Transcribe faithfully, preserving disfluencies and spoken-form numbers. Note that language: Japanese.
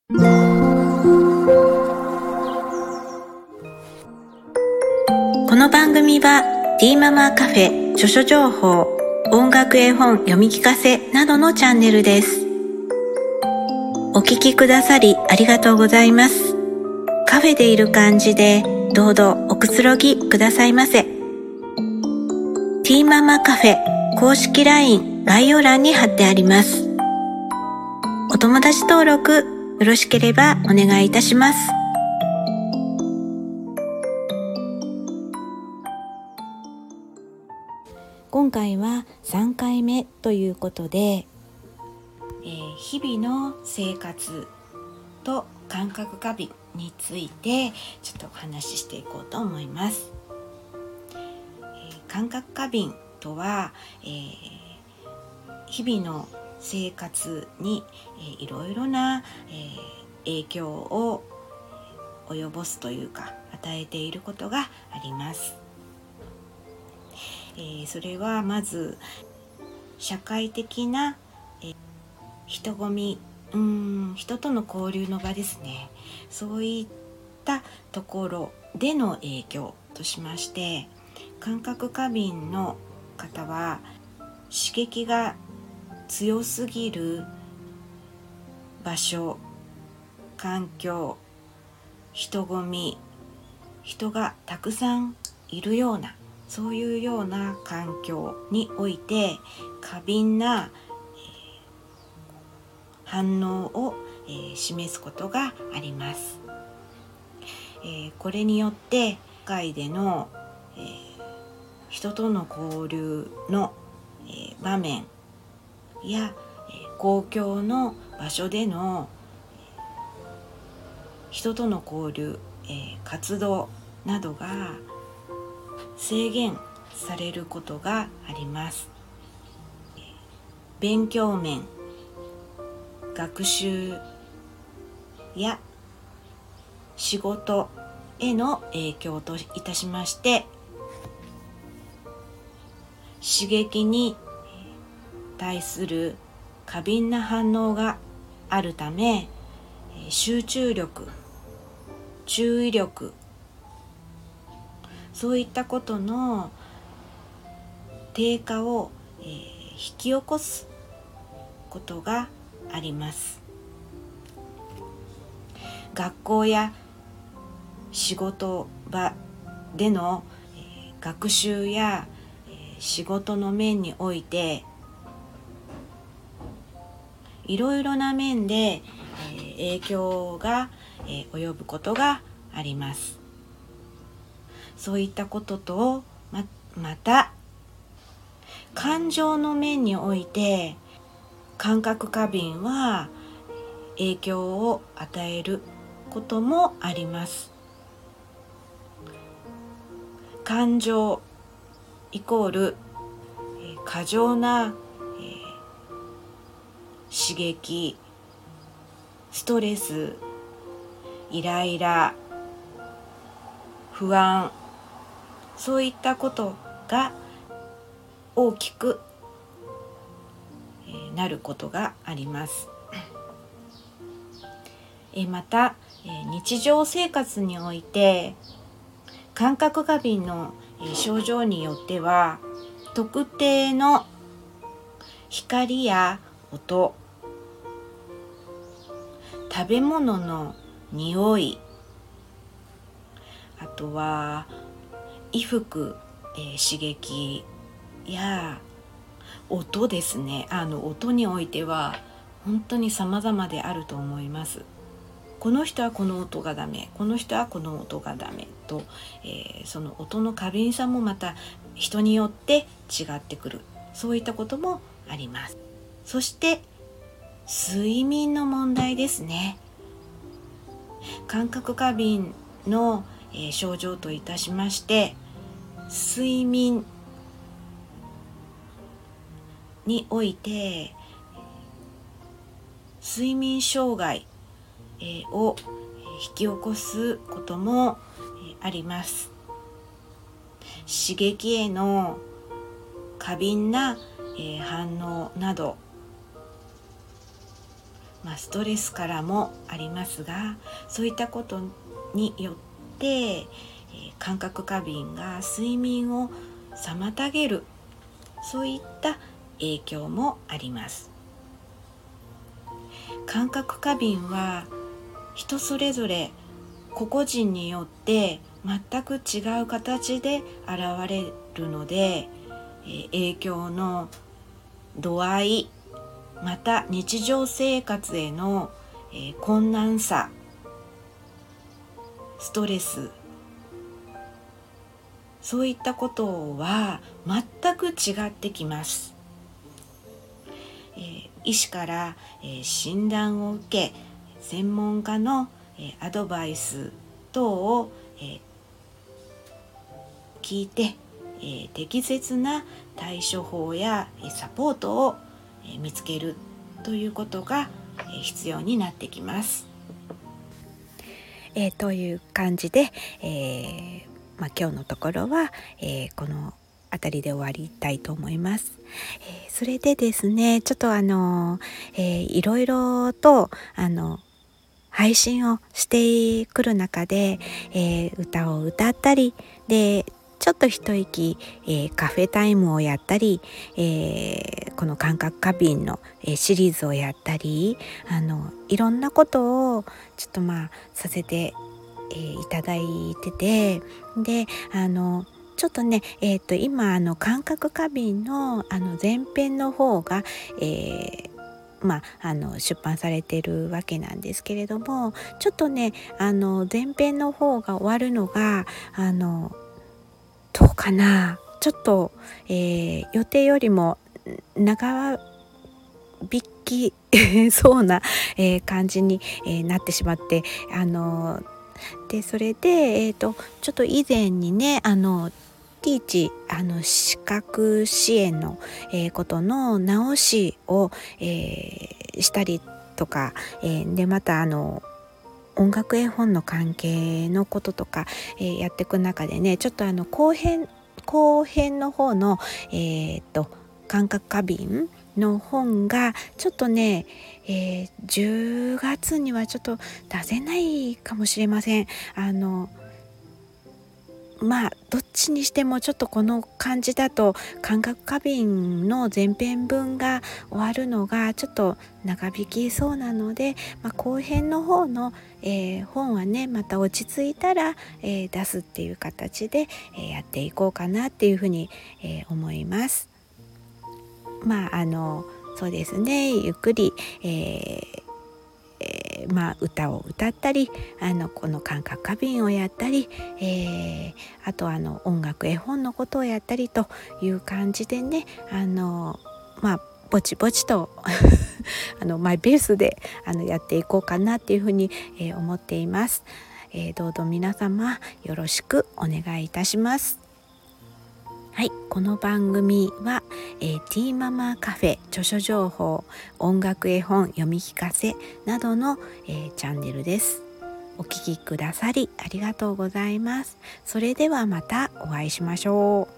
この番組はティーママカフェ、著書情報、音楽絵本読み聞かせなどのチャンネルです。お聞きくださりありがとうございます。カフェでいる感じでどうぞおくつろぎくださいませ。ティーママカフェ公式 ライン 概要欄に貼ってあります。お友達登録よろしければお願いいたします。今回はさんかいめということで、えー、日々の生活と感覚過敏についてちょっとお話ししていこうと思います。えー、感覚過敏とは、えー、日々の生活に、えー、いろいろな、えー、影響を及ぼすというか与えていることがあります。えー、それはまず社会的な、えー、人混み、うーん人との交流の場ですね。そういったところでの影響としまして、感覚過敏の方は刺激が強すぎる場所、環境、人混み、人がたくさんいるようなそういうような環境において過敏な、えー、反応を、えー、示すことがあります。えー、これによって社会での、えー、人との交流の、えー、場面や、えー、公共の場所での、えー、人との交流、えー、活動などが制限されることがあります。勉強面、学習や仕事への影響といたしまして、刺激に対する過敏な反応があるため、集中力、注意力、そういったことの低下を、えー、引き起こすことがあります。学校や仕事場での、えー、学習や、えー、仕事の面においていろいろな面で、えー、影響が、えー、及ぶことがあります。そういったことと ま, また感情の面において感覚過敏は影響を与えることもあります。感情イコール、えー、過剰な、えー、刺激、ストレス、イライラ、不安、そういったことが大きく、えー、なることがあります。えー、また、えー、日常生活において感覚過敏の、えー、症状によっては特定の光や音、食べ物の匂い、あとは衣服、えー、刺激や音ですね。あの音においては本当に様々であると思います。この人はこの音がダメ、この人はこの音がダメと、えー、その音の過敏さもまた人によって違ってくる、そういったこともあります。そして睡眠の問題ですね。感覚過敏の、えー、症状といたしまして、睡眠において睡眠障害を引き起こすこともあります。刺激への過敏な反応など、 まあ、ストレスからもありますが、そういったことによって、えー、感覚過敏が睡眠を妨げる、そういった影響もあります。感覚過敏は人それぞれ個々人によって全く違う形で現れるので、えー、影響の度合い、また日常生活への、えー、困難さ、ストレス、そういったことは全く違ってきます。えー、医師から、えー、診断を受け、専門家の、えー、アドバイス等を、えー、聞いて、えー、適切な対処法やサポートを、えー、見つけるということが、えー、必要になってきます。えー、という感じで、えーまあ、今日のところは、えー、このあたりで終わりたいと思います。えー、それでですね、ちょっとあの、えー、いろいろとあの配信をしてくる中で、えー、歌を歌ったりで、ちょっと一息、えー、カフェタイムをやったり、えー、この感覚過敏の、えー、シリーズをやったり、あのいろんなことをちょっとまあさせて、えー、いただいてて、であのちょっとね、えー、と今あの感覚過敏のあの前編の方が、えーまあ、あの出版されているわけなんですけれども、ちょっとねあの前編の方が終わるのがあのどうかな、ちょっと、えー、予定よりも長引きそうな、えー、感じに、えー、なってしまって、あのでそれで、えーと、ちょっと以前にねあのティーチあの視覚支援の、えー、ことの直しを、えー、したりとか、えー、でまたあの音楽絵本の関係のこととか、えー、やっていく中でね、ちょっとあの後編後編の方の、えー、と感覚過敏の本がちょっとね、えー、じゅうがつにはちょっと出せないかもしれません。あのまあどっちにしてもちょっとこの感じだと感覚過敏の前編分が終わるのがちょっと長引きそうなので、まあ、後編の方の、えー、本はねまた落ち着いたら、えー、出すっていう形で、えー、やっていこうかなっていうふうに、えー、思います。まああのそうですね、ゆっくり、えーえーまあ、歌を歌ったり、あのこの感覚過敏をやったり、えー、あとあの音楽絵本のことをやったりという感じでね、あのまあぼちぼちとあのマイペースであのやっていこうかなっていうふうに、えー、思っています。えー、どうぞ皆様よろしくお願いいたします。はい、この番組は、えー、ティーママカフェ著書情報、音楽絵本読み聞かせなどの、えー、チャンネルです。お聞きくださりありがとうございます。それではまたお会いしましょう。